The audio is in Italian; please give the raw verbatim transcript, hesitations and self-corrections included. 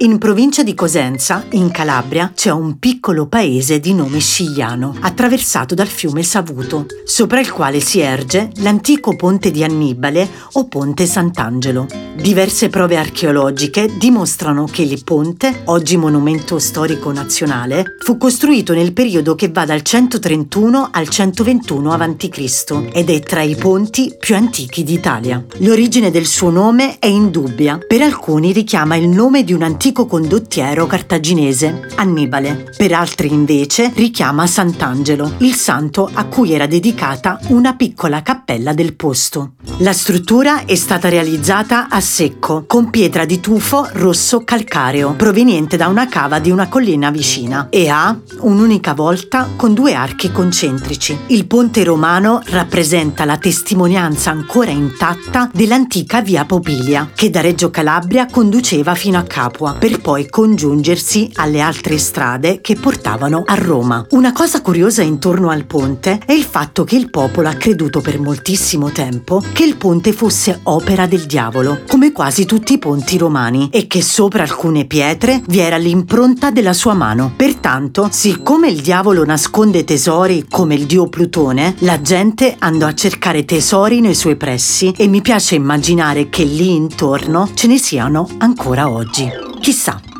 In provincia di Cosenza, in Calabria, c'è un piccolo paese di nome Scigliano, attraversato dal fiume Savuto, sopra il quale si erge l'antico ponte di Annibale o ponte Sant'Angelo. Diverse prove archeologiche dimostrano che il ponte, oggi monumento storico nazionale, fu costruito nel periodo che va dal centotrentuno al centoventuno avanti Cristo ed è tra i ponti più antichi d'Italia. L'origine del suo nome è indubbia. Per alcuni richiama il nome di un antico condottiero cartaginese, Annibale. Per altri invece richiama Sant'Angelo, il santo a cui era dedicata una piccola cappella del posto. La struttura è stata realizzata a secco, con pietra di tufo rosso calcareo, proveniente da una cava di una collina vicina, e ha un'unica volta con due archi concentrici. Il ponte romano rappresenta la testimonianza ancora intatta dell'antica via Popilia, che da Reggio Calabria conduceva fino a Capua, per poi congiungersi alle altre strade che portavano a Roma. Una cosa curiosa intorno al ponte è il fatto che il popolo ha creduto per moltissimo tempo che il ponte fosse opera del diavolo, come quasi tutti i ponti romani, e che sopra alcune pietre vi era l'impronta della sua mano. Pertanto, siccome il diavolo nasconde tesori come il dio Plutone, la gente andò a cercare tesori nei suoi pressi e mi piace immaginare che lì intorno ce ne siano ancora oggi. Chissà.